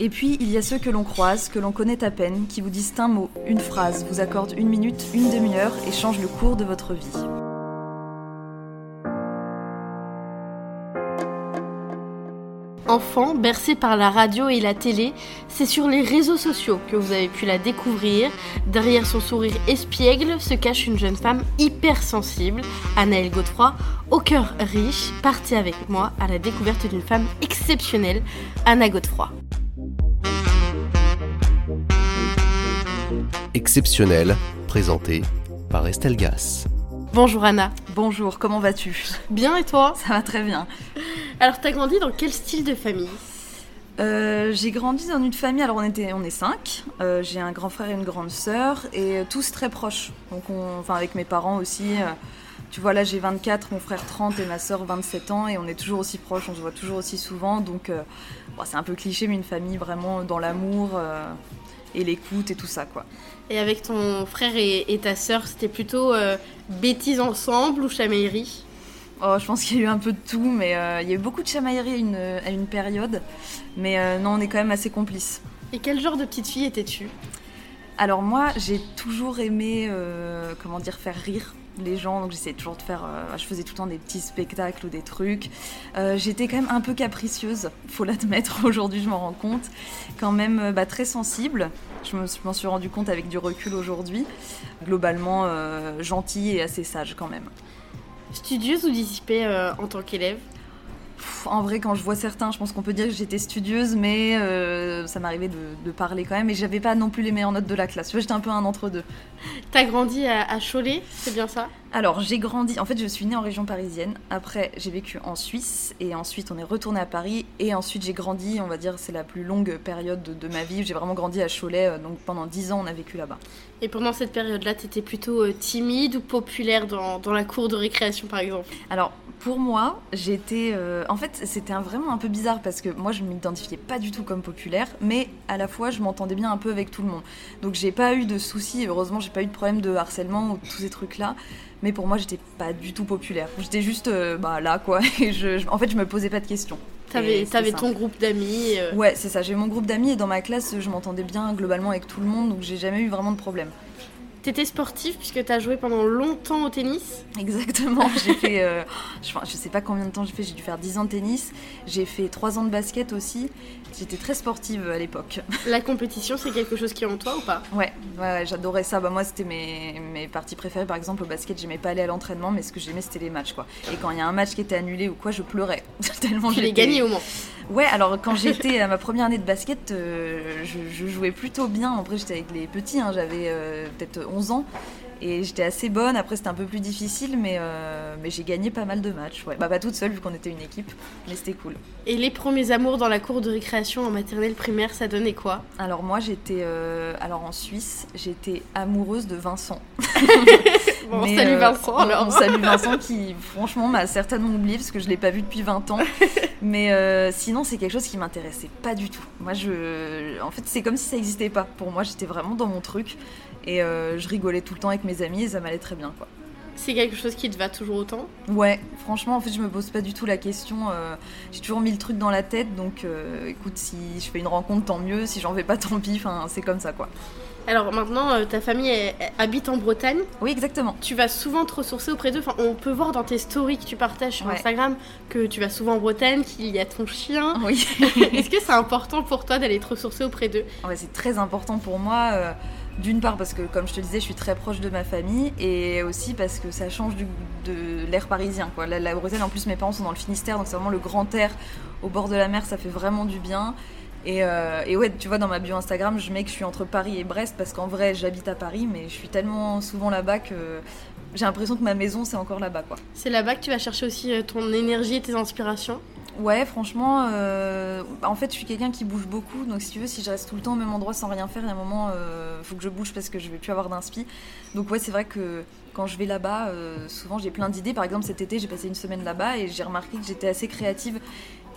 Et puis, il y a ceux que l'on croise, que l'on connaît à peine, qui vous disent un mot, une phrase, vous accordent 1 minute, 1 demi-heure et changent le cours de votre vie. Enfant, bercé par la radio et la télé, c'est sur les réseaux sociaux que vous avez pu la découvrir. Derrière son sourire espiègle se cache une jeune femme hypersensible, Anaëlle Godefroy, au cœur riche. Partez avec moi à la découverte d'une femme exceptionnelle, Anna Godefroy. Exceptionnelle, présentée par Estelle Gass. Bonjour Anna. Bonjour, comment vas-tu ? Bien et toi ? Ça va très bien. Alors t'as grandi dans quel style de famille ? J'ai grandi dans une famille, alors on est 5, j'ai un grand frère et une grande sœur, et tous très proches, donc avec mes parents aussi, tu vois là j'ai 24, mon frère 30 et ma sœur 27 ans, et on est toujours aussi proches, on se voit toujours aussi souvent, donc c'est un peu cliché, mais une famille vraiment dans l'amour et l'écoute et tout ça quoi. Et avec ton frère et ta sœur, c'était plutôt bêtises ensemble ou chamaillerie ? Oh, je pense qu'il y a eu un peu de tout, mais il y a eu beaucoup de chamaillerie à une période. Mais non, on est quand même assez complices. Et quel genre de petite fille étais-tu ? Alors moi, j'ai toujours aimé faire rire les gens. Donc j'essayais toujours de faire... je faisais tout le temps des petits spectacles ou des trucs. J'étais quand même un peu capricieuse, faut l'admettre. Aujourd'hui, je m'en rends compte. Quand même très sensible. Je m'en suis rendu compte avec du recul aujourd'hui. Globalement, gentille et assez sage quand même. Studieuse ou dissipée en tant qu'élève ? En vrai, quand je vois certains, je pense qu'on peut dire que j'étais studieuse, mais ça m'arrivait de parler quand même, et j'avais pas non plus les meilleures notes de la classe. Tu vois, j'étais un peu un entre-deux. T'as grandi à Cholet, c'est bien ça ? Alors, j'ai grandi... En fait, je suis née en région parisienne. Après, j'ai vécu en Suisse, et ensuite, on est retourné à Paris, et ensuite, j'ai grandi, on va dire, c'est la plus longue période de ma vie. J'ai vraiment grandi à Cholet, donc pendant 10 ans, on a vécu là-bas. Et pendant cette période-là, t'étais plutôt timide ou populaire dans la cour de récréation, par exemple ? Alors, pour moi, j'étais... En fait, c'était vraiment un peu bizarre, parce que moi, je ne m'identifiais pas du tout comme populaire, mais à la fois, je m'entendais bien un peu avec tout le monde. Donc, j'ai pas eu de soucis, heureusement, j'ai pas eu de problème de harcèlement ou tous ces trucs-là. Mais pour moi, j'étais pas du tout populaire. J'étais juste là, quoi. Et en fait, je me posais pas de questions. T'avais ton groupe d'amis Ouais, c'est ça. J'ai mon groupe d'amis et dans ma classe, je m'entendais bien globalement avec tout le monde. Donc, j'ai jamais eu vraiment de problème. T'étais sportive puisque t'as joué pendant longtemps au tennis ? Exactement. J'ai fait... je sais pas combien de temps j'ai fait. J'ai dû faire 10 ans de tennis. J'ai fait 3 ans de basket aussi. J'étais très sportive à l'époque. La compétition, c'est quelque chose qui est en toi ou pas ? Ouais, j'adorais ça. Moi, c'était mes parties préférées. Par exemple, au basket, j'aimais pas aller à l'entraînement, mais ce que j'aimais, c'était les matchs, quoi. Et quand il y a un match qui était annulé ou quoi, je pleurais. Tellement tu l'as gagné au moins. Ouais, alors quand j'étais à ma première année de basket, je jouais plutôt bien. Après, j'étais avec les petits, j'avais peut-être 11 ans. Et j'étais assez bonne, après c'était un peu plus difficile, mais j'ai gagné pas mal de matchs. Ouais. Pas toute seule vu qu'on était une équipe, mais c'était cool. Et les premiers amours dans la cour de récréation en maternelle primaire, ça donnait quoi ? Alors moi j'étais, en Suisse, j'étais amoureuse de Vincent. Bon, mais, salut Vincent alors. On salue Vincent qui franchement m'a certainement oublié parce que je l'ai pas vu depuis 20 ans. Mais sinon c'est quelque chose qui m'intéressait pas du tout. Moi en fait c'est comme si ça existait pas. Pour moi j'étais vraiment dans mon truc. Et je rigolais tout le temps avec mes amis et ça m'allait très bien, quoi. C'est quelque chose qui te va toujours autant ? Ouais, franchement, en fait, je me pose pas du tout la question. J'ai toujours mis le truc dans la tête, donc écoute, si je fais une rencontre, tant mieux. Si j'en fais pas, tant pis. Enfin, c'est comme ça, quoi. Alors maintenant, ta famille habite en Bretagne. Oui, exactement. Tu vas souvent te ressourcer auprès d'eux. Enfin, on peut voir dans tes stories que tu partages sur Instagram que tu vas souvent en Bretagne, qu'il y a ton chien. Oui. Est-ce que c'est important pour toi d'aller te ressourcer auprès d'eux ? Ouais, c'est très important pour moi. D'une part parce que, comme je te disais, je suis très proche de ma famille et aussi parce que ça change de l'air parisien, quoi. La Bretagne, en plus, mes parents sont dans le Finistère, donc c'est vraiment le grand air au bord de la mer, ça fait vraiment du bien. Et ouais, tu vois, dans ma bio Instagram, je mets que je suis entre Paris et Brest parce qu'en vrai, j'habite à Paris, mais je suis tellement souvent là-bas que j'ai l'impression que ma maison, c'est encore là-bas, quoi. C'est là-bas que tu vas chercher aussi ton énergie et tes inspirations ? Ouais, franchement, en fait, je suis quelqu'un qui bouge beaucoup, donc si tu veux, si je reste tout le temps au même endroit sans rien faire, il y a un moment, faut que je bouge parce que je vais plus avoir d'inspi. Donc ouais, c'est vrai que quand je vais là-bas, souvent j'ai plein d'idées. Par exemple, cet été, j'ai passé une semaine là-bas et j'ai remarqué que j'étais assez créative.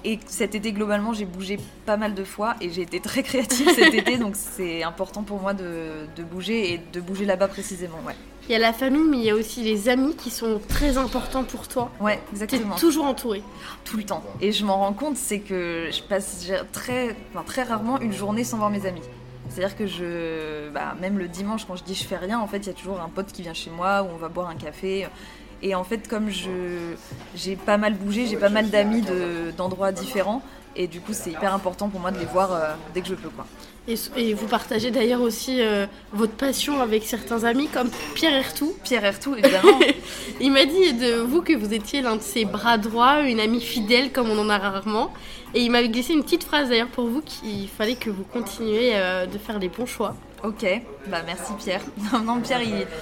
Et cet été, globalement, j'ai bougé pas mal de fois et j'ai été très créative cet été, donc c'est important pour moi de bouger et de bouger là-bas précisément, ouais. Il y a la famille, mais il y a aussi les amis qui sont très importants pour toi. Ouais, exactement. T'es toujours entourée. Tout le temps. Et je m'en rends compte, c'est que je passe très rarement une journée sans voir mes amis. C'est-à-dire que même le dimanche, quand je dis je fais rien, en fait, il y a toujours un pote qui vient chez moi où on va boire un café. Et en fait, comme j'ai pas mal bougé, j'ai pas mal d'amis d'endroits différents. Et du coup, c'est hyper important pour moi de les voir dès que je peux, quoi. Et vous partagez d'ailleurs aussi votre passion avec certains amis comme Pierre Ertou. Pierre Ertou, évidemment. Il m'a dit de vous que vous étiez l'un de ses bras droits, une amie fidèle comme on en a rarement. Et il m'avait glissé une petite phrase d'ailleurs pour vous qu'il fallait que vous continuiez de faire les bons choix. Ok, bah merci Pierre. Non, Pierre,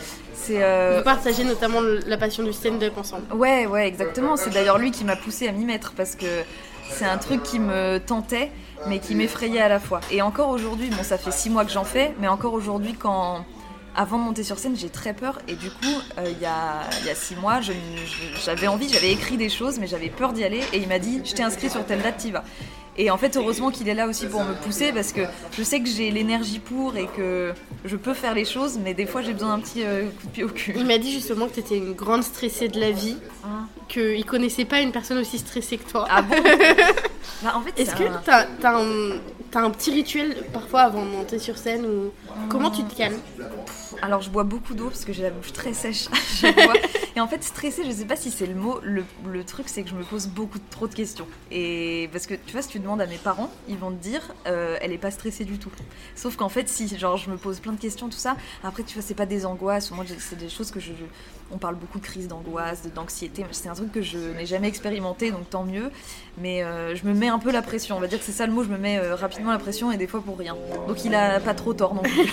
Vous partagez notamment la passion du stand-up ensemble. Ouais, exactement. C'est d'ailleurs lui qui m'a poussée à m'y mettre parce que c'est un truc qui me tentait mais qui m'effrayait à la fois. Et encore aujourd'hui, bon ça fait 6 mois que j'en fais, mais encore aujourd'hui avant de monter sur scène, j'ai très peur et du coup, il y a 6 mois, j'avais écrit des choses mais j'avais peur d'y aller et il m'a dit « je t'ai inscrit sur telle date, t'y vas ». Et en fait, heureusement qu'il est là aussi pour me pousser parce que je sais que j'ai l'énergie pour et que je peux faire les choses, mais des fois j'ai besoin d'un petit coup de pied au cul. Il m'a dit justement que t'étais une grande stressée de la vie, qu'il connaissait pas une personne aussi stressée que toi. Ah bon? Bah, en fait, est-ce que t'as un petit rituel parfois avant de monter sur scène ou comment tu te calmes? Alors je bois beaucoup d'eau parce que j'ai la bouche très sèche à chaque fois. Et en fait stressée, je sais pas si c'est le mot, le truc c'est que je me pose trop de questions. Et parce que tu vois, si tu demandes à mes parents, ils vont te dire elle est pas stressée du tout. Sauf qu'en fait si, genre je me pose plein de questions, tout ça. Après tu vois, c'est pas des angoisses, moi c'est des choses que on parle beaucoup de crise d'angoisse, d'anxiété, c'est un truc que je n'ai jamais expérimenté, donc tant mieux. Mais je me mets un peu la pression, on va dire que c'est ça le mot, je me mets rapidement la pression et des fois pour rien. Donc il a pas trop tort non plus.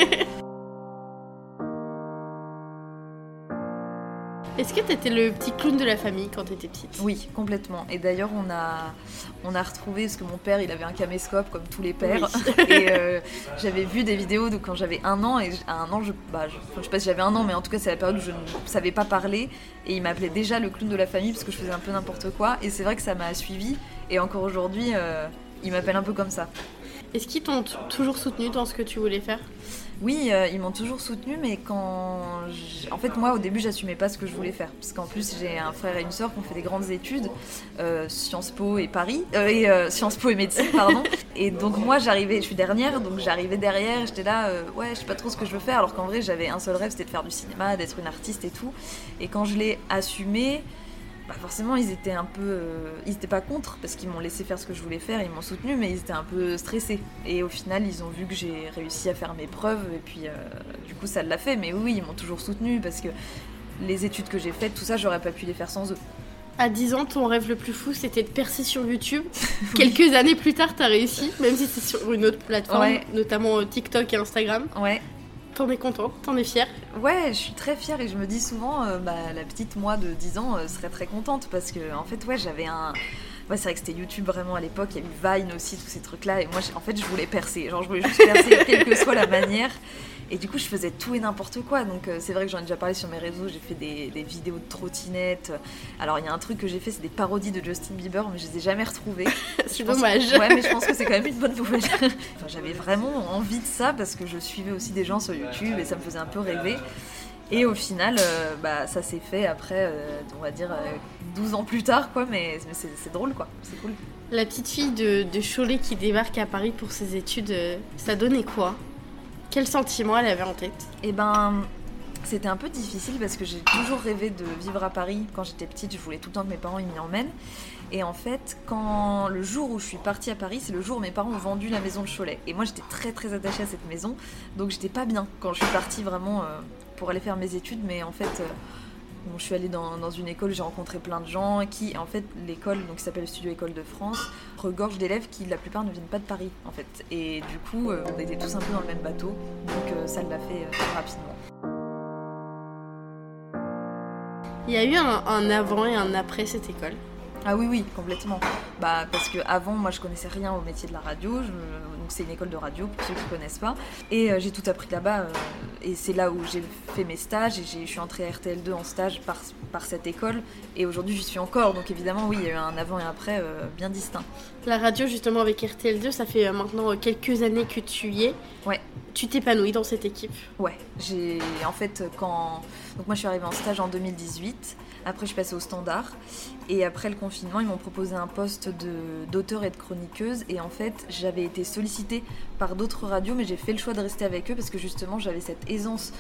Est-ce que t'étais le petit clown de la famille quand t'étais petite? Oui, complètement. Et d'ailleurs, on a retrouvé, parce que mon père, il avait un caméscope comme tous les pères. Oui. Et j'avais vu des vidéos de quand j'avais 1 an. Et à 1 an, je sais pas si j'avais 1 an, mais en tout cas, c'est la période où je ne savais pas parler. Et il m'appelait déjà le clown de la famille parce que je faisais un peu n'importe quoi. Et c'est vrai que ça m'a suivi. Et encore aujourd'hui, il m'appelle un peu comme ça. Est-ce qu'ils t'ont toujours soutenu dans ce que tu voulais faire? Oui, ils m'ont toujours soutenue, mais en fait, moi, au début, j'assumais pas ce que je voulais faire. Parce qu'en plus, j'ai un frère et une sœur qui ont fait des grandes études, Sciences Po et Sciences Po et médecine, pardon. Et donc, moi, je suis dernière, donc j'arrivais derrière, j'étais là, ouais, je sais pas trop ce que je veux faire, alors qu'en vrai, j'avais un seul rêve, c'était de faire du cinéma, d'être une artiste et tout. Et quand je l'ai assumé, forcément ils étaient pas contre parce qu'ils m'ont laissé faire ce que je voulais faire, ils m'ont soutenu, mais ils étaient un peu stressés et au final ils ont vu que j'ai réussi à faire mes preuves et puis du coup ça l'a fait. Mais oui, ils m'ont toujours soutenu parce que les études que j'ai faites, tout ça, j'aurais pas pu les faire sans eux. À 10 ans, ton rêve le plus fou, c'était de percer sur YouTube. Quelques années plus tard, t'as réussi, même si c'est sur une autre plateforme, notamment TikTok et Instagram. Ouais. T'en es contente, t'en es fière? Ouais, je suis très fière et je me dis souvent, la petite moi de 10 ans serait très contente parce que, en fait, j'avais un... Ouais, c'est vrai que c'était YouTube vraiment à l'époque, il y a eu Vine aussi, tous ces trucs-là, et moi, en fait, je voulais percer. Genre, je voulais juste percer, quelle que soit la manière. Et du coup, je faisais tout et n'importe quoi. Donc, c'est vrai que j'en ai déjà parlé sur mes réseaux. J'ai fait des vidéos de trottinettes. Alors, il y a un truc que j'ai fait, c'est des parodies de Justin Bieber, mais je les ai jamais retrouvées. C'est dommage. Ouais, mais je pense que c'est quand même une bonne nouvelle. Enfin, j'avais vraiment envie de ça parce que je suivais aussi des gens sur YouTube et ça me faisait un peu rêver. Et au final, ça s'est fait après, on va dire, 12 ans plus tard, quoi. Mais c'est drôle, quoi. C'est cool. La petite fille de Cholet qui débarque à Paris pour ses études, ça donnait quoi ? Quel sentiment elle avait en tête ? Eh ben, c'était un peu difficile parce que j'ai toujours rêvé de vivre à Paris. Quand j'étais petite, je voulais tout le temps que mes parents m'y emmènent. Et en fait, le jour où je suis partie à Paris, c'est le jour où mes parents ont vendu la maison de Cholet. Et moi, j'étais très très attachée à cette maison, donc j'étais pas bien quand je suis partie vraiment pour aller faire mes études. Mais en fait, je suis allée dans une école, j'ai rencontré plein de gens qui, en fait, l'école donc, qui s'appelle Studio École de France, regorge d'élèves qui, la plupart, ne viennent pas de Paris, en fait. Et du coup, on était tous un peu dans le même bateau, donc ça l'a fait rapidement. Il y a eu un avant et un après cette école ? Ah oui, complètement. Parce que avant, moi, je connaissais rien au métier de la radio. Donc c'est une école de radio pour ceux qui connaissent pas. Et j'ai tout appris là-bas. Et c'est là où j'ai fait mes stages. Et je suis entrée à RTL2 en stage par cette école. Et aujourd'hui, j'y suis encore. Donc évidemment, oui, il y a eu un avant et après bien distinct. La radio, justement, avec RTL2, ça fait maintenant quelques années que tu y es. Ouais. Tu t'épanouis dans cette équipe? Ouais. En fait, donc moi, je suis arrivée en stage en 2018. Après, je suis passée au Standard. Et après le confinement, ils m'ont proposé un poste d'auteur et de chroniqueuse. Et en fait, j'avais été sollicitée par d'autres radios, mais j'ai fait le choix de rester avec eux parce que justement, j'avais cette aisance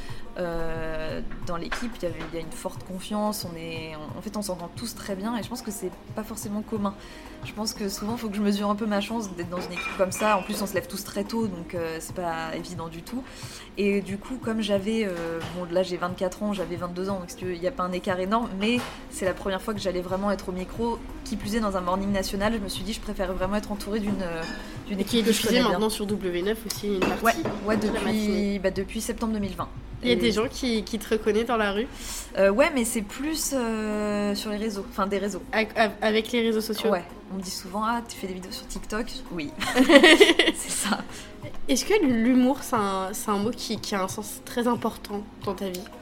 dans l'équipe. Il y a une forte confiance. En fait, on s'entend tous très bien. Et je pense que c'est pas forcément commun. Je pense que souvent, il faut que je mesure un peu ma chance d'être dans une équipe comme ça. En plus, on se lève tous très tôt, donc c'est pas évident du tout. Et du coup, comme j'avais... là, j'ai 24 ans, j'avais 22 ans, donc il n'y a pas un écart énorme. Mais c'est la première fois que j'allais vraiment être au micro. Qui plus est, dans un morning national, je me suis dit, je préfère vraiment être entourée d'une équipe qui est que je connais diffusée bien. Maintenant sur W9 aussi, une partie. Ouais, depuis septembre 2020. Il y a des gens qui te reconnaissent dans la rue? Ouais, mais c'est plus sur les réseaux, enfin des réseaux. Avec les réseaux sociaux? Ouais, on me dit souvent, tu fais des vidéos sur TikTok? Oui, c'est ça. Est-ce que l'humour, c'est un mot qui a un sens très important dans ta vie?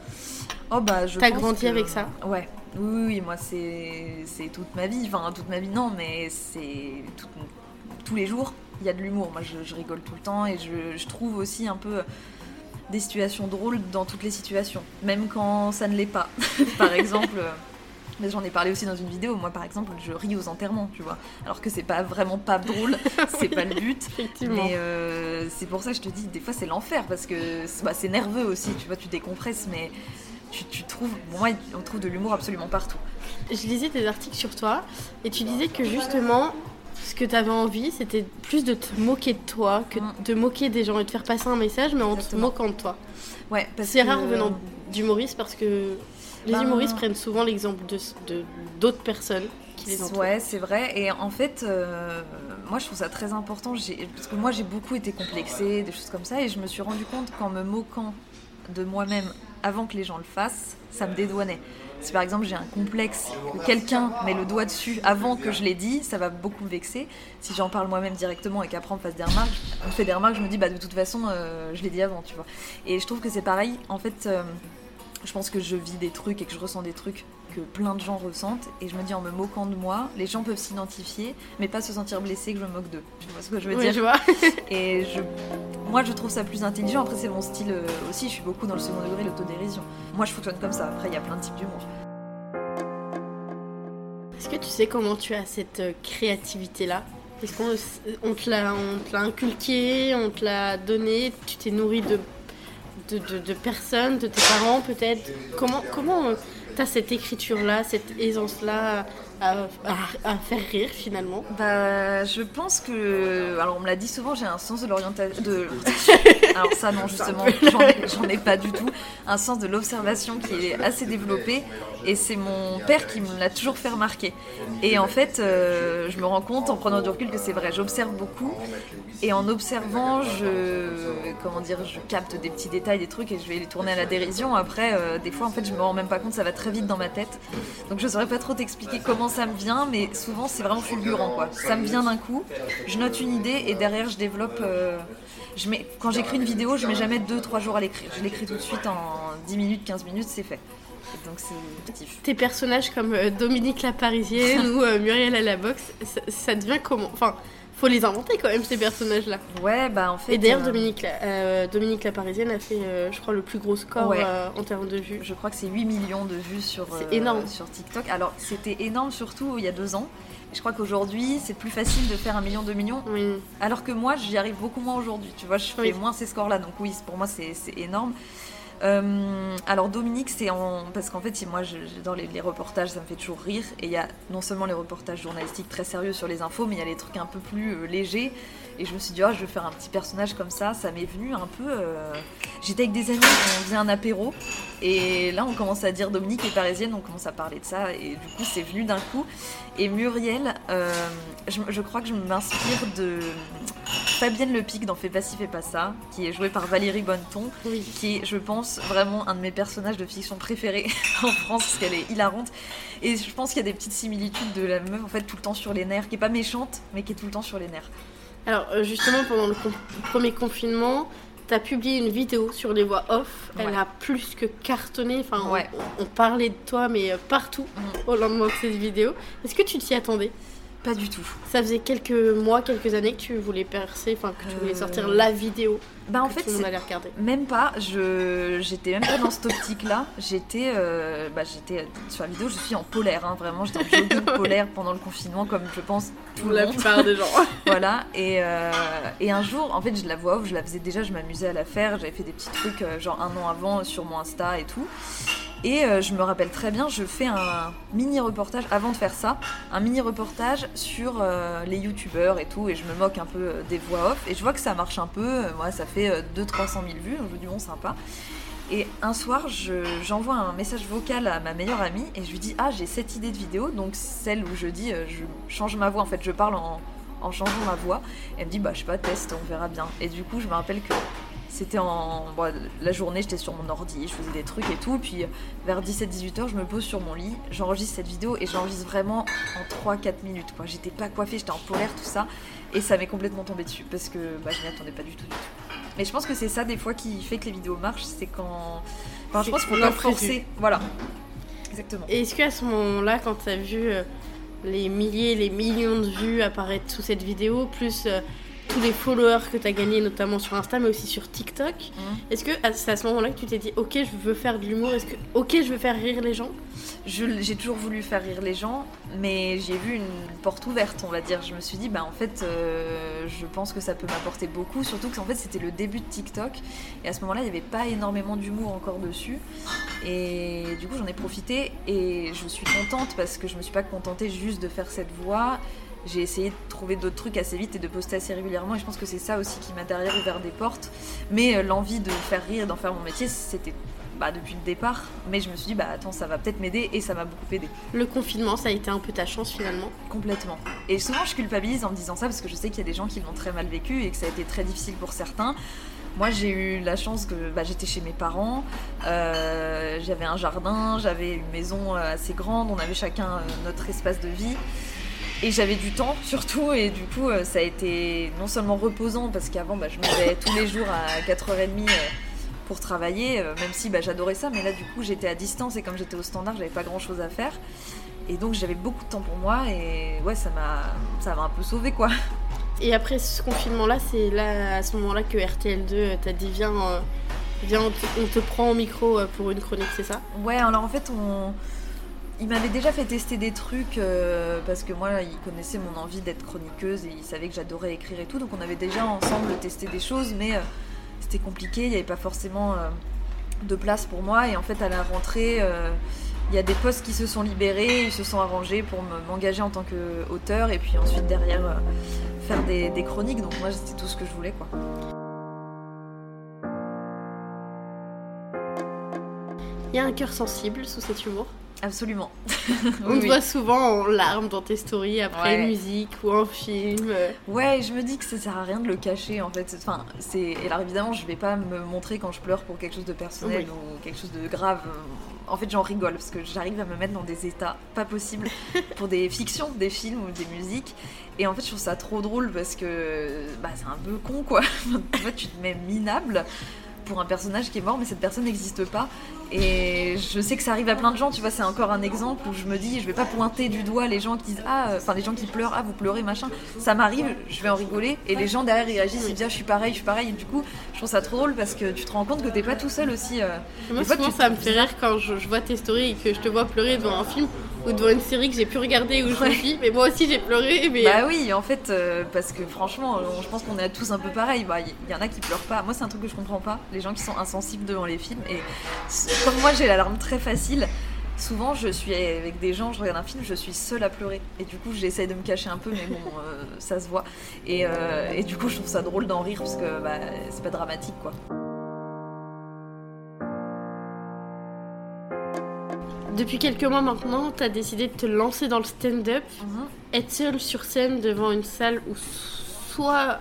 T'as grandi avec ça? Ouais, oui, moi c'est toute ma vie, enfin toute ma vie non, mais c'est tous les jours, il y a de l'humour. Moi je rigole tout le temps et je trouve aussi un peu des situations drôles dans toutes les situations, même quand ça ne l'est pas. Par exemple, mais j'en ai parlé aussi dans une vidéo, moi par exemple je ris aux enterrements, tu vois, alors que c'est vraiment pas drôle, c'est pas le but. Effectivement. Mais c'est pour ça que je te dis, des fois c'est l'enfer, parce que c'est nerveux aussi, tu vois, tu décompresses, mais tu trouves, moi on trouve de l'humour absolument partout. Je lisais des articles sur toi et tu disais que justement ce que tu avais envie, c'était plus de te moquer de toi que de moquer des gens et de faire passer un message, mais en te moquant de toi. Ouais, c'est rare venant d'humoristes, parce que les humoristes prennent souvent l'exemple d'autres personnes qui les entourent. Ouais, c'est vrai. Et en fait, moi je trouve ça très important, parce que moi j'ai beaucoup été complexée, des choses comme ça, et je me suis rendu compte qu'en me moquant de moi-même avant que les gens le fassent, ça me dédouanait. Si par exemple j'ai un complexe, que quelqu'un met le doigt dessus avant que je l'ai dit, ça va beaucoup me vexer. Si j'en parle moi-même directement et qu'après on me fait des remarques, je me dis de toute façon je l'ai dit avant, tu vois. Et je trouve que c'est pareil, en fait je pense que je vis des trucs et que je ressens des trucs que plein de gens ressentent, et je me dis, en me moquant de moi, les gens peuvent s'identifier mais pas se sentir blessés que je me moque d'eux. Tu vois ce que je veux dire? Oui, je vois. Et moi je trouve ça plus intelligent. Après c'est mon style aussi, je suis beaucoup dans le second degré, l'autodérision. Moi je fonctionne comme ça. Après il y a plein de types d'humour. Est-ce que tu sais comment tu as cette créativité-là? Est-ce qu'on te l'a inculqué, on te l'a donné, tu t'es nourri de personnes, de tes parents peut-être? Comment t'as cette écriture-là, cette aisance-là à faire rire finalement? Je pense que... Alors on me l'a dit souvent, j'ai un sens de l'orientation... Alors ça non, justement, j'en ai pas du tout. Un sens de l'observation qui est assez développé, et c'est mon père qui me l'a toujours fait remarquer. Et en fait, je me rends compte en prenant du recul que c'est vrai, j'observe beaucoup, et en observant, je capte des petits détails, des trucs, et je vais les tourner à la dérision. Après, des fois en fait je me rends même pas compte, ça va très vite dans ma tête. Donc je saurais pas trop t'expliquer comment ça me vient, mais souvent c'est vraiment fulgurant quoi. Ça me vient d'un coup, je note une idée et derrière je développe... Quand j'écris une vidéo, je mets jamais 2-3 jours à l'écrire. Je l'écris tout de suite en 10 minutes, 15 minutes, c'est fait. Et donc c'est actif. Tes personnages comme Dominique la Parisienne ou Muriel à la boxe, ça devient comment? Enfin, faut les inventer quand même, ces personnages-là. Ouais, en fait... Et d'ailleurs, Dominique la Parisienne a fait, je crois, le plus gros score en termes de vues. Je crois que c'est 8 millions de vues sur TikTok. Alors, c'était énorme, surtout il y a 2 ans. Je crois qu'aujourd'hui, c'est plus facile de faire 1 million, 2 millions. Oui. Alors que moi, j'y arrive beaucoup moins aujourd'hui. Tu vois, je fais moins ces scores-là. Donc oui, pour moi, c'est énorme. Alors Dominique, parce qu'en fait, moi, dans les reportages, ça me fait toujours rire. Et il y a non seulement les reportages journalistiques très sérieux sur les infos, mais il y a les trucs un peu plus légers. Et je me suis dit, je vais faire un petit personnage comme ça. Ça m'est venu un peu... J'étais avec des amis, on faisait un apéro. Et là, on commence à dire Dominique est parisienne, on commence à parler de ça. Et du coup, c'est venu d'un coup. Et Muriel, je crois que je m'inspire de Fabienne Lepic dans Fais pas ci, fais pas ça, qui est jouée par Valérie Bonneton, qui est, je pense, vraiment un de mes personnages de fiction préférés en France, parce qu'elle est hilarante. Et je pense qu'il y a des petites similitudes de la meuf, en fait, tout le temps sur les nerfs, qui est pas méchante, mais qui est tout le temps sur les nerfs. Alors, justement, pendant le premier confinement, tu as publié une vidéo sur les voix off. Elle a plus que cartonné. Enfin, on parlait de toi, mais partout au lendemain de cette vidéo. Est-ce que tu t'y attendais ? Pas du tout. Ça faisait quelques mois, quelques années que tu voulais percer, enfin que tu voulais sortir la vidéo. Bah en fait, tout le monde allait regarder. Même pas. J'étais même pas dans cette optique-là. J'étais sur la vidéo. Je suis en polaire, hein, vraiment. J'étais en jogging polaire pendant le confinement, comme je pense tout le monde. La plupart des gens. Voilà. Et un jour, en fait, je la vois off. Je la faisais déjà. Je m'amusais à la faire. J'avais fait des petits trucs genre 1 an avant sur mon Insta et tout. Et je me rappelle très bien, je fais un mini-reportage, avant de faire ça, un mini-reportage sur les youtubeurs et tout, et je me moque un peu des voix off, et je vois que ça marche un peu, moi ça fait 200-300 000 vues, donc je me dis bon sympa. Et un soir, j'envoie un message vocal à ma meilleure amie, et je lui dis j'ai cette idée de vidéo, donc celle où je dis je change ma voix, en fait je parle en changeant ma voix, et elle me dit je sais pas, teste, on verra bien. Et du coup je me rappelle que c'était la journée, j'étais sur mon ordi, je faisais des trucs et tout, et puis vers 17-18h, je me pose sur mon lit, j'enregistre cette vidéo et j'enregistre vraiment en 3-4 minutes, quoi. J'étais pas coiffée, j'étais en polaire, tout ça, et ça m'est complètement tombé dessus, parce que je m'y attendais pas du tout. Mais je pense que c'est ça, des fois, qui fait que les vidéos marchent, c'est quand... Enfin, je pense qu'il faut pas forcer, voilà. Exactement. Et est-ce qu'à ce moment-là, quand t'as vu les milliers, les millions de vues apparaître sous cette vidéo, plus... tous les followers que tu as gagnés, notamment sur Insta, mais aussi sur TikTok. Est-ce que c'est à ce moment-là que tu t'es dit ok, je veux faire de l'humour, je veux faire rire les gens ? J'ai toujours voulu faire rire les gens, mais j'ai vu une porte ouverte, on va dire. Je me suis dit, en fait, je pense que ça peut m'apporter beaucoup, surtout que en fait, c'était le début de TikTok, et à ce moment-là, il n'y avait pas énormément d'humour encore dessus, et du coup, j'en ai profité, et je suis contente, parce que je me suis pas contentée juste de faire cette voix. J'ai essayé de trouver d'autres trucs assez vite et de poster assez régulièrement, et je pense que c'est ça aussi qui m'a derrière ouvert des portes. Mais l'envie de faire rire et d'en faire mon métier, c'était depuis le départ. Mais je me suis dit, attends, ça va peut-être m'aider, et ça m'a beaucoup aidé. Le confinement, ça a été un peu ta chance finalement ? Complètement. Et souvent, je culpabilise en me disant ça, parce que je sais qu'il y a des gens qui l'ont très mal vécu et que ça a été très difficile pour certains. Moi, j'ai eu la chance que j'étais chez mes parents, j'avais un jardin, j'avais une maison assez grande, on avait chacun notre espace de vie. Et j'avais du temps surtout, et du coup ça a été non seulement reposant, parce qu'avant je me levais tous les jours à 4h30 pour travailler, même si j'adorais ça, mais là du coup j'étais à distance, et comme j'étais au standard, j'avais pas grand chose à faire, et donc j'avais beaucoup de temps pour moi, et ça m'a un peu sauvée, quoi. Et après ce confinement là, c'est là à ce moment là que RTL2 t'a dit viens on te prend au micro pour une chronique, c'est ça ? Ouais, alors en fait il m'avait déjà fait tester des trucs parce que moi, il connaissait mon envie d'être chroniqueuse et il savait que j'adorais écrire et tout. Donc on avait déjà ensemble testé des choses, mais c'était compliqué. Il n'y avait pas forcément de place pour moi. Et en fait, à la rentrée, il y a des postes qui se sont libérés. Ils se sont arrangés pour m'engager en tant qu'auteur. Et puis ensuite, derrière, faire des chroniques. Donc moi, c'était tout ce que je voulais, quoi. Il y a un cœur sensible sous cet humour. Absolument. On te voit souvent en larmes dans tes stories après une musique ou un film. Ouais, je me dis que ça sert à rien de le cacher, en fait. Enfin, et alors évidemment, je vais pas me montrer quand je pleure pour quelque chose de personnel ou quelque chose de grave. En fait, j'en rigole parce que j'arrive à me mettre dans des états pas possibles pour des fictions, des films ou des musiques. Et en fait, je trouve ça trop drôle parce que c'est un peu con, quoi. En fait, tu te mets minable pour un personnage qui est mort, mais cette personne n'existe pas. Et je sais que ça arrive à plein de gens, tu vois, c'est encore un exemple où je me dis, je vais pas pointer du doigt les gens qui disent les gens qui pleurent, vous pleurez, machin. Ça m'arrive, je vais en rigoler, et les gens derrière ils réagissent, ils disent je suis pareil, et du coup, je trouve ça trop drôle parce que tu te rends compte que t'es pas tout seul aussi. Moi, souvent, ça me fait rire quand je vois tes stories et que je te vois pleurer devant un film ou devant une série que j'ai pu regarder où je me dis, mais moi aussi j'ai pleuré. Mais... oui, en fait, parce que franchement, je pense qu'on est tous un peu pareil. Il y en a qui pleurent pas. Moi, c'est un truc que je comprends pas, les gens qui sont insensibles devant les films. Et comme moi, j'ai l'alarme très facile. souvent je suis avec des gens, je regarde un film, je suis seule à pleurer. Et du coup j'essaye de me cacher un peu, mais bon, ça se voit. Et du coup je trouve ça drôle d'en rire parce que c'est pas dramatique quoi. Depuis quelques mois maintenant, t'as décidé de te lancer dans le stand-up. Être seule sur scène devant une salle où soit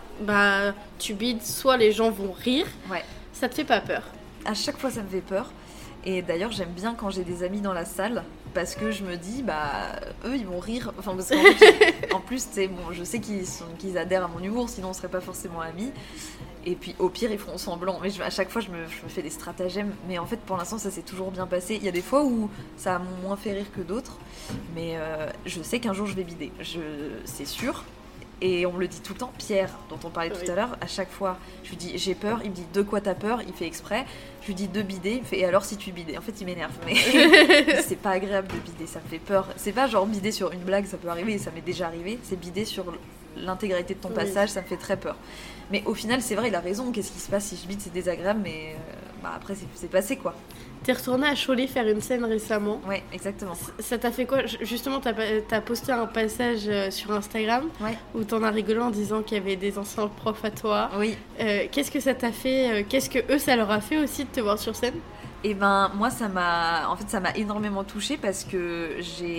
tu bides, soit les gens vont rire. Ouais. Ça te fait pas peur? À chaque fois ça me fait peur. Et d'ailleurs j'aime bien quand j'ai des amis dans la salle parce que je me dis eux ils vont rire. Enfin parce qu'en plus je sais qu'ils adhèrent à mon humour, sinon on serait pas forcément amis. Et puis au pire ils feront semblant. Mais à chaque fois je me fais des stratagèmes. Mais en fait pour l'instant ça s'est toujours bien passé. Il y a des fois où ça a moins fait rire que d'autres. Mais je sais qu'un jour je vais bider. C'est sûr. Et on me le dit tout le temps. Pierre, dont on parlait tout à l'heure, à chaque fois, je lui dis j'ai peur, il me dit de quoi t'as peur, il fait exprès. Je lui dis de bider, il me fait et alors si tu bidais. En fait, il m'énerve, mais c'est pas agréable de bider, ça me fait peur. C'est pas genre bider sur une blague, ça peut arriver, ça m'est déjà arrivé. C'est bider sur l'intégralité de ton passage, ça me fait très peur. Mais au final, c'est vrai, il a raison. Qu'est-ce qui se passe si je bide, c'est désagréable, mais après, c'est passé quoi. T'es retournée à Cholet faire une scène récemment. Ouais, exactement. Ça t'a fait quoi? Justement, t'as posté un passage sur Instagram où t'en as rigolé en disant qu'il y avait des anciens profs à toi. Oui. Qu'est-ce que ça t'a fait? Qu'est-ce que eux, ça leur a fait aussi de te voir sur scène? Et moi ça m'a énormément touchée parce que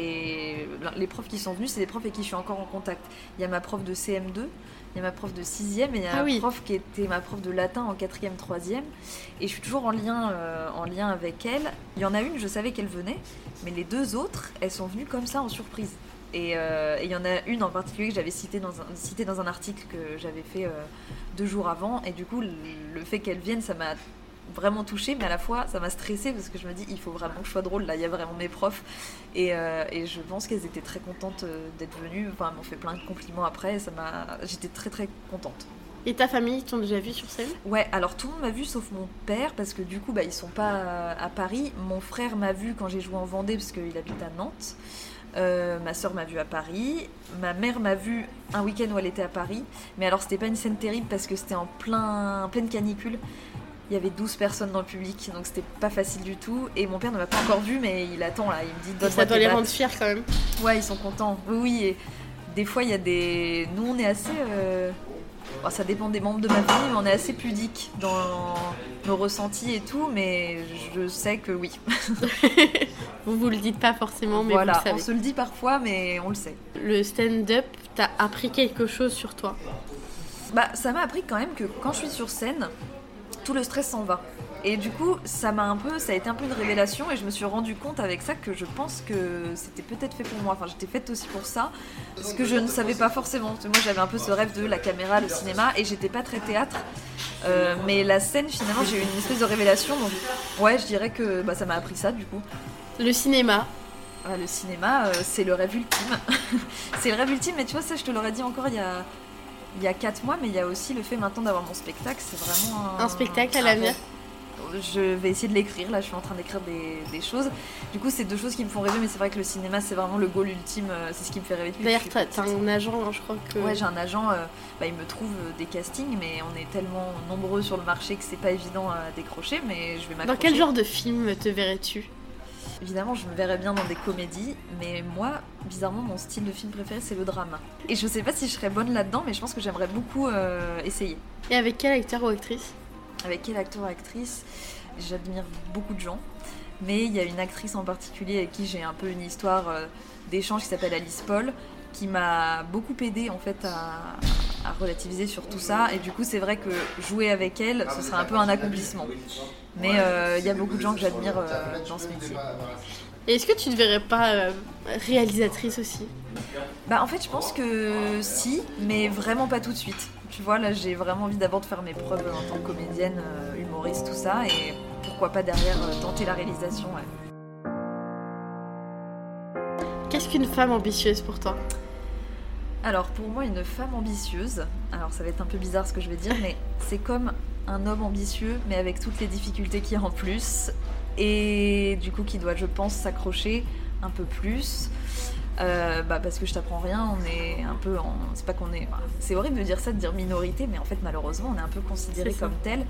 les profs qui sont venus, c'est des profs avec qui je suis encore en contact. Il y a ma prof de CM2, il y a ma prof de 6e et il y a ma prof qui était ma prof de latin en 4e, 3e. Et je suis toujours en lien avec elle. Il y en a une, je savais qu'elle venait, mais les deux autres, elles sont venues comme ça en surprise. Et il y en a une en particulier que j'avais citée dans un article que j'avais fait 2 jours avant. Et du coup, le fait qu'elle vienne, ça m'a vraiment touchée, mais à la fois ça m'a stressée parce que je me dis il faut vraiment que je sois drôle, là il y a vraiment mes profs et je pense qu'elles étaient très contentes d'être venues, enfin elles m'ont fait plein de compliments après, j'étais très très contente. Et ta famille t'ont déjà vu sur scène? Ouais, alors tout le monde m'a vu sauf mon père parce que du coup ils sont pas à Paris. Mon frère m'a vu quand j'ai joué en Vendée parce qu'il habite à Nantes. Ma soeur m'a vu à Paris, ma mère m'a vu un week-end où elle était à Paris, mais alors c'était pas une scène terrible parce que c'était en pleine canicule. Il y avait 12 personnes dans le public, donc c'était pas facile du tout. Et mon père ne m'a pas encore vu, mais il attend là. Il me dit donne-moi. Ça doit les rendre fiers quand même. Ouais, ils sont contents. Oui, et des fois il y a des. Nous on est assez. Ça dépend des membres de ma famille, mais on est assez pudiques dans nos ressentis et tout, mais je sais que oui. Vous le dites pas forcément, mais voilà, vous le savez. On se le dit parfois, mais on le sait. Le stand-up t'a appris quelque chose sur toi? Ça m'a appris quand même que quand je suis sur scène, tout le stress s'en va. Et du coup, ça a été un peu une révélation et je me suis rendu compte avec ça que je pense que c'était peut-être fait pour moi. Enfin, j'étais faite aussi pour ça, ce que je ne savais pas forcément. Moi, j'avais un peu ce rêve de la caméra, le cinéma, et j'étais pas très théâtre. Mais la scène, finalement, j'ai eu une espèce de révélation. Donc, ouais, je dirais que ça m'a appris ça, du coup. Le cinéma. Le cinéma, c'est le rêve ultime. C'est le rêve ultime, mais tu vois, ça, je te l'aurais dit encore il y a 4 mois, mais il y a aussi le fait maintenant d'avoir mon spectacle. C'est vraiment un spectacle à l'avenir. Je vais essayer de l'écrire, là je suis en train d'écrire des choses. Du coup c'est 2 choses qui me font rêver, mais c'est vrai que le cinéma c'est vraiment le goal ultime, c'est ce qui me fait rêver. D'ailleurs t'as un agent, je crois que... Ouais, j'ai un agent, il me trouve des castings, mais on est tellement nombreux sur le marché que c'est pas évident à décrocher, mais je vais m'accrocher. Dans quel genre de film te verrais-tu? Évidemment, je me verrais bien dans des comédies, mais moi, bizarrement, mon style de film préféré, c'est le drame. Et je sais pas si je serais bonne là-dedans, mais je pense que j'aimerais beaucoup essayer. Et avec quel acteur ou actrice? Avec quel acteur ou actrice? J'admire beaucoup de gens, mais il y a une actrice en particulier avec qui j'ai un peu une histoire d'échange qui s'appelle Alice Paul, qui m'a beaucoup aidée en fait à relativiser sur tout ça, et du coup c'est vrai que jouer avec elle, ce serait un peu un accomplissement. Mais il y a beaucoup de gens que j'admire dans ce métier. Et est-ce que tu ne verrais pas réalisatrice aussi? En fait je pense que si, mais vraiment pas tout de suite. Tu vois, là j'ai vraiment envie d'abord de faire mes preuves en tant que comédienne, humoriste, tout ça, et pourquoi pas derrière tenter la réalisation. Ouais. Qu'est-ce qu'une femme ambitieuse pour toi? Alors pour moi une femme ambitieuse, alors ça va être un peu bizarre ce que je vais dire, mais c'est comme un homme ambitieux mais avec toutes les difficultés qu'il y a en plus, et du coup qui doit je pense s'accrocher un peu plus. Parce que je t'apprends rien, on est un peu en... C'est pas qu'on est... c'est horrible de dire ça, de dire minorité, mais en fait malheureusement on est un peu considéré comme tel.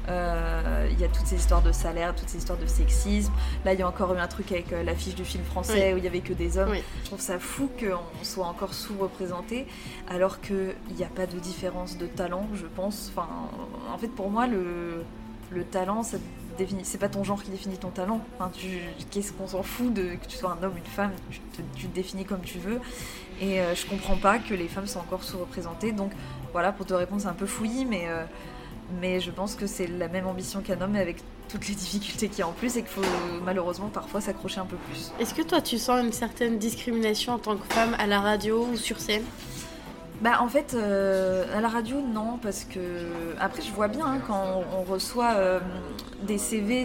Il y a toutes ces histoires de salaire, toutes ces histoires de sexisme. Là il y a encore eu un truc avec l'affiche du film français où il y avait que des hommes. Je trouve ça fou qu'on soit encore sous-représenté alors qu'il n'y a pas de différence de talent, je pense. En fait pour moi le talent, c'est pas ton genre qui définit ton talent. Qu'est-ce qu'on s'en fout que tu sois un homme, une femme, tu te définis comme tu veux. Et je comprends pas que les femmes soient encore sous-représentées. Donc voilà, pour te répondre, c'est un peu fouillis, mais je pense que c'est la même ambition qu'un homme, mais avec toutes les difficultés qu'il y a en plus, et qu'il faut malheureusement parfois s'accrocher un peu plus. Est-ce que toi tu sens une certaine discrimination en tant que femme à la radio ou sur scène ? En fait, à la radio, non, parce que... Après, je vois bien, quand on reçoit des CV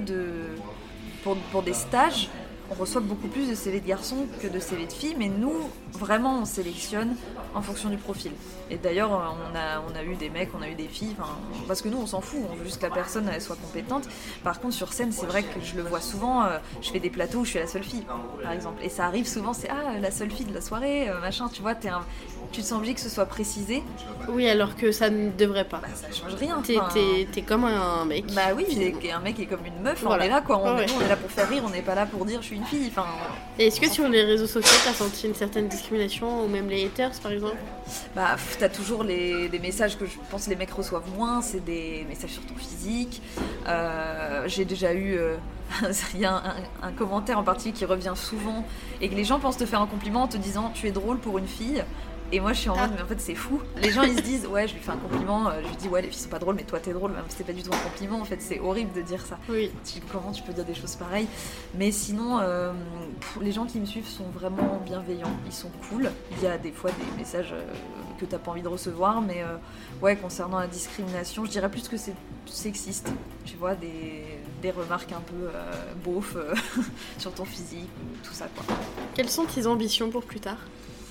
pour des stages, on reçoit beaucoup plus de CV de garçons que de CV de filles, mais nous, vraiment, on sélectionne en fonction du profil. Et d'ailleurs, on a eu des mecs, on a eu des filles, parce que nous, on s'en fout, on veut juste que la personne elle soit compétente. Par contre, sur scène, c'est vrai que je le vois souvent, je fais des plateaux où je suis la seule fille, par exemple. Et ça arrive souvent, c'est la seule fille de la soirée, machin, tu vois, tu te sens obligé que ce soit précisé. Oui, alors que ça ne devrait pas. Ça change rien. T'es comme un mec. Bah oui, un mec est comme une meuf, voilà. On est là quoi. Nous, on est là pour faire rire, on n'est pas là pour dire je suis une fille. Et est-ce que sur les réseaux sociaux, t'as senti une certaine discrimination, ou même les haters par exemple ? T'as toujours des messages que je pense les mecs reçoivent moins, c'est des messages sur ton physique. J'ai déjà eu... il y a un commentaire en particulier qui revient souvent et que les gens pensent te faire un compliment en te disant tu es drôle pour une fille. Et moi je suis en mode mais en fait c'est fou. Les gens ils se disent ouais je lui fais un compliment, je lui dis ouais les filles sont pas drôles mais toi t'es drôle. Même c'est pas du tout un compliment en fait, c'est horrible de dire ça. Oui. Comment tu peux dire des choses pareilles? Mais sinon les gens qui me suivent sont vraiment bienveillants, ils sont cool. Il y a des fois des messages que t'as pas envie de recevoir, mais concernant la discrimination je dirais plus que c'est sexiste. Tu vois des remarques un peu beaufs sur ton physique, tout ça quoi. Quelles sont tes ambitions pour plus tard ?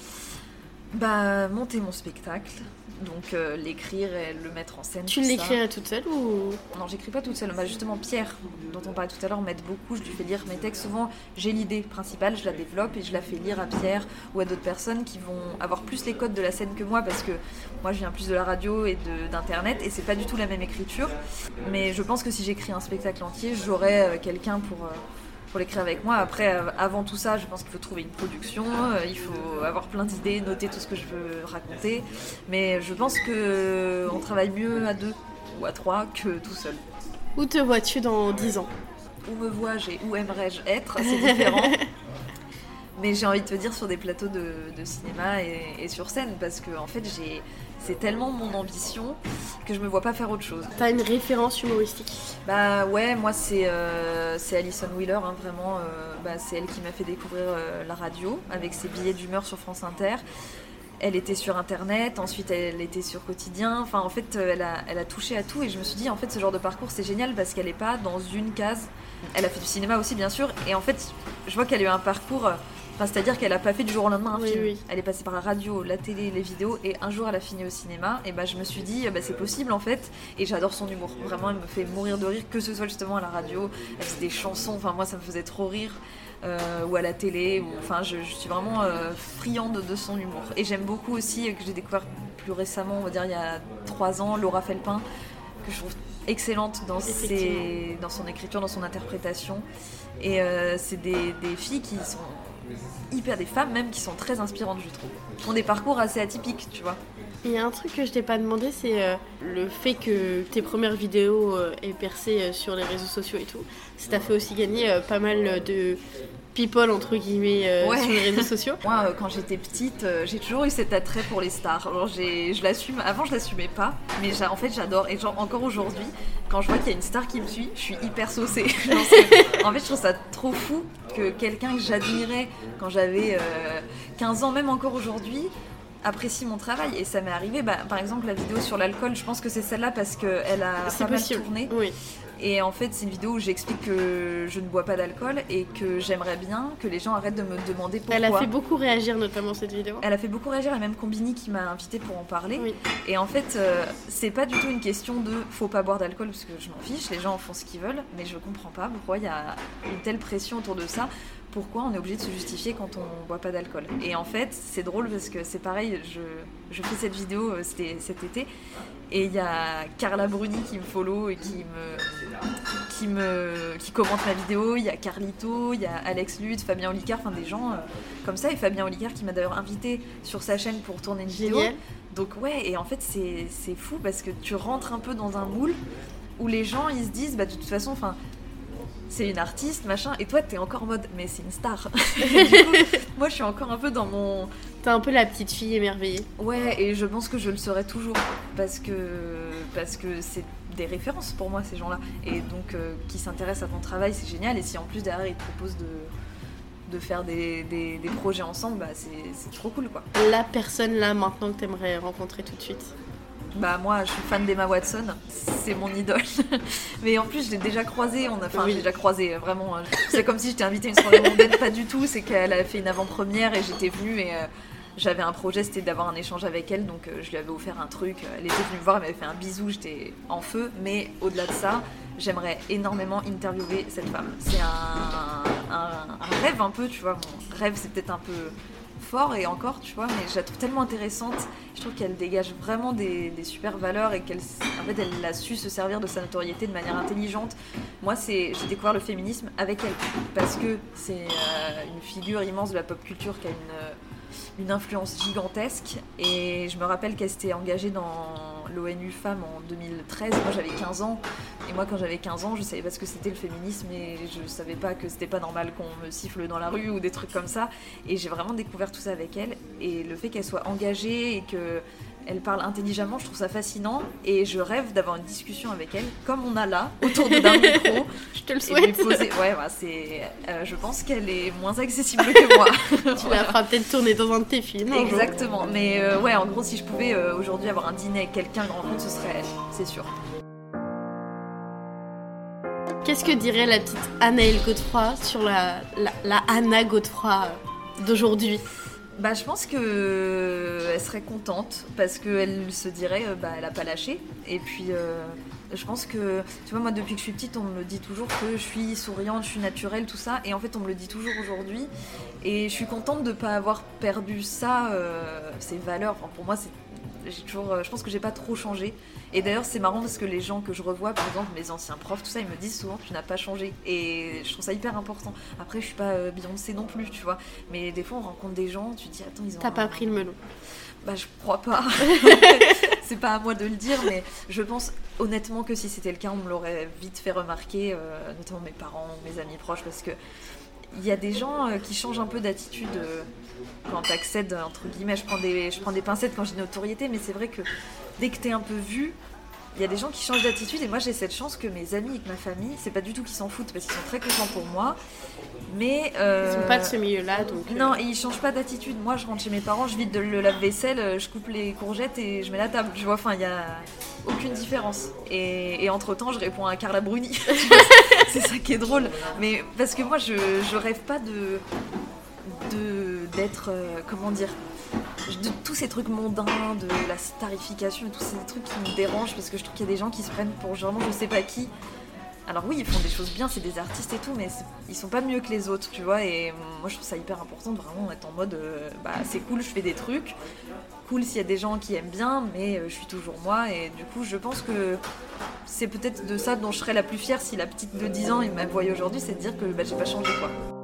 Monter mon spectacle, donc l'écrire et le mettre en scène. Tu l'écrirais toute seule ou... Non, j'écris pas toute seule. Justement, Pierre, dont on parlait tout à l'heure, m'aide beaucoup. Je lui fais lire mes textes. Souvent, j'ai l'idée principale, je la développe et je la fais lire à Pierre ou à d'autres personnes qui vont avoir plus les codes de la scène que moi, parce que moi, je viens plus de la radio et d'internet et c'est pas du tout la même écriture. Mais je pense que si j'écris un spectacle entier, j'aurai quelqu'un pour l'écrire avec moi. Après, avant tout ça, je pense qu'il faut trouver une production, il faut avoir plein d'idées, noter tout ce que je veux raconter. Mais je pense qu'on travaille mieux à 2 ou à 3 que tout seul. Où te vois-tu dans 10 ans ? Où me vois-je et où aimerais-je être ? C'est différent. Mais j'ai envie de te dire sur des plateaux de cinéma et sur scène, parce que en fait, c'est tellement mon ambition que je me vois pas faire autre chose. T'as une référence humoristique ? Moi c'est Alison Wheeler, vraiment. C'est elle qui m'a fait découvrir la radio avec ses billets d'humeur sur France Inter. Elle était sur internet, ensuite elle était sur Quotidien. En fait, elle a touché à tout et je me suis dit en fait ce genre de parcours c'est génial parce qu'elle est pas dans une case. Elle a fait du cinéma aussi bien sûr et en fait je vois qu'elle a eu un parcours. C'est-à-dire qu'elle a pas fait du jour au lendemain un film. Oui. Elle est passée par la radio, la télé, les vidéos et un jour elle a fini au cinéma. Et je me suis dit c'est possible en fait. Et j'adore son humour. Vraiment elle me fait mourir de rire, que ce soit justement à la radio. Elle faisait des chansons, moi ça me faisait trop rire. Ou à la télé. Je suis vraiment friande de son humour. Et j'aime beaucoup aussi, que j'ai découvert plus récemment, on va dire il y a 3 ans, Laura Felpin, que je trouve excellente dans son écriture, dans son interprétation. Et c'est des filles qui sont des femmes même qui sont très inspirantes je trouve, qui ont des parcours assez atypiques tu vois. Il y a un truc que je t'ai pas demandé, c'est le fait que tes premières vidéos aient percé sur les réseaux sociaux et tout. Ça t'a fait aussi gagner pas mal de people entre guillemets sur les réseaux sociaux. Moi quand j'étais petite j'ai toujours eu cet attrait pour les stars. Alors, je l'assume, avant je l'assumais pas, mais en fait j'adore et encore aujourd'hui quand je vois qu'il y a une star qui me suit, je suis hyper saucée. En fait je trouve ça trop fou que quelqu'un que j'admirais quand j'avais 15 ans, même encore aujourd'hui, apprécie mon travail. Et ça m'est arrivé, par exemple la vidéo sur l'alcool, je pense que c'est celle-là parce qu'elle a pas mal tourné. Oui. Et en fait, c'est une vidéo où j'explique que je ne bois pas d'alcool et que j'aimerais bien que les gens arrêtent de me demander pourquoi. Elle a fait beaucoup réagir, notamment cette vidéo. Elle a fait beaucoup réagir, et même Combini qui m'a invitée pour en parler. Oui. Et en fait, c'est pas du tout une question de faut pas boire d'alcool parce que je m'en fiche, les gens font ce qu'ils veulent, mais je comprends pas pourquoi il y a une telle pression autour de ça. Pourquoi on est obligé de se justifier quand on boit pas d'alcool. Et en fait, c'est drôle parce que c'est pareil, je fais cette vidéo c'était cet été, et il y a Carla Bruni qui me follow et qui commente ma vidéo, il y a Carlito, il y a Alex Luth, Fabien Olicard, enfin des gens comme ça, et Fabien Olicard qui m'a d'ailleurs invité sur sa chaîne pour tourner une vidéo. Donc ouais, et en fait c'est fou parce que tu rentres un peu dans un moule où les gens ils se disent bah de toute façon, enfin c'est une artiste, machin, et toi t'es encore en mode mais c'est une star. Du coup, moi je suis encore un peu dans mon... T'es un peu la petite fille émerveillée. Ouais, et je pense que je le serai toujours parce que c'est des références pour moi ces gens-là, et donc qui s'intéressent à ton travail, c'est génial. Et si en plus derrière ils te proposent de faire des projets ensemble, bah c'est trop cool quoi. La personne là maintenant que t'aimerais rencontrer tout de suite? Bah moi je suis fan d'Emma Watson, c'est mon idole. Mais en plus je l'ai déjà croisée, j'ai déjà croisé vraiment. C'est comme si j'étais invitée à une soirée mondaine, pas du tout, c'est qu'elle a fait une avant-première et j'étais venue et j'avais un projet, c'était d'avoir un échange avec elle, donc je lui avais offert un truc, elle était venue me voir, elle m'avait fait un bisou, j'étais en feu. Mais au-delà de ça, j'aimerais énormément interviewer cette femme. C'est un rêve un peu, tu vois, mon rêve c'est peut-être un peu... fort et encore, tu vois, mais je la trouve tellement intéressante. Je trouve qu'elle dégage vraiment des super valeurs et qu'elle a su se servir de sa notoriété de manière intelligente. Moi, j'ai découvert le féminisme avec elle parce que c'est une figure immense de la pop culture qui a une influence gigantesque. Et je me rappelle qu'elle s'était engagée dans l'ONU Femmes en 2013. Moi, j'avais 15 ans. Et moi, quand j'avais 15 ans, je savais pas ce que c'était le féminisme et je savais pas que c'était pas normal qu'on me siffle dans la rue ou des trucs comme ça. Et j'ai vraiment découvert tout ça avec elle. Et le fait qu'elle soit engagée et qu'elle parle intelligemment, je trouve ça fascinant. Et je rêve d'avoir une discussion avec elle, comme on a là, autour d'un micro. Je te le souhaite. Ouais, je pense qu'elle est moins accessible que moi. Tu la feras peut-être tourner dans un de tes films. Exactement. Mais ouais, en gros, si je pouvais aujourd'hui avoir un dîner avec quelqu'un que je rencontre, ce serait elle, c'est sûr. Qu'est-ce que dirait la petite Anaëlle Godefroy sur la Anna Godefroy d'aujourd'hui? Bah, je pense qu'elle serait contente parce qu'elle se dirait elle a pas lâché. Et puis je pense que, tu vois, moi depuis que je suis petite, on me dit toujours que je suis souriante, je suis naturelle, tout ça. Et en fait, on me le dit toujours aujourd'hui. Et je suis contente de pas avoir perdu ça, ces valeurs. Enfin, pour moi, je pense que j'ai pas trop changé. Et d'ailleurs c'est marrant parce que les gens que je revois, par exemple mes anciens profs, tout ça, ils me disent souvent tu n'as pas changé. Et je trouve ça hyper important. Après je suis pas Beyoncé non plus, tu vois. Mais des fois on rencontre des gens, tu te dis attends, ils ont... T'as pas pris le melon? Bah je crois pas. C'est pas à moi de le dire, mais je pense honnêtement que si c'était le cas, on me l'aurait vite fait remarquer, notamment mes parents, mes amis proches, parce que il y a des gens qui changent un peu d'attitude quand t'accèdes, entre guillemets, je prends des pincettes quand j'ai notoriété, mais c'est vrai que dès que t'es un peu vu, il y a des gens qui changent d'attitude. Et moi j'ai cette chance que mes amis et que ma famille, c'est pas du tout qu'ils s'en foutent parce qu'ils sont très contents pour moi, mais ils sont pas de ce milieu-là, donc non, et ils changent pas d'attitude. Moi je rentre chez mes parents, je vide le lave-vaisselle, je coupe les courgettes et je mets la table, tu vois, enfin il y a aucune différence. Et entre temps je réponds à Carla Bruni. C'est ça qui est drôle, mais parce que moi je rêve pas d'être comment dire, de tous ces trucs mondains, de la starification et tous ces trucs qui me dérangent, parce que je trouve qu'il y a des gens qui se prennent pour vraiment je sais pas qui. Alors oui, ils font des choses bien, c'est des artistes et tout, mais ils sont pas mieux que les autres, tu vois. Et moi je trouve ça hyper important de vraiment être en mode c'est cool, je fais des trucs cool s'il y a des gens qui aiment bien, mais je suis toujours moi. Et du coup je pense que c'est peut-être de ça dont je serais la plus fière si la petite de 10 ans il me voyait aujourd'hui, c'est de dire que j'ai pas changé quoi.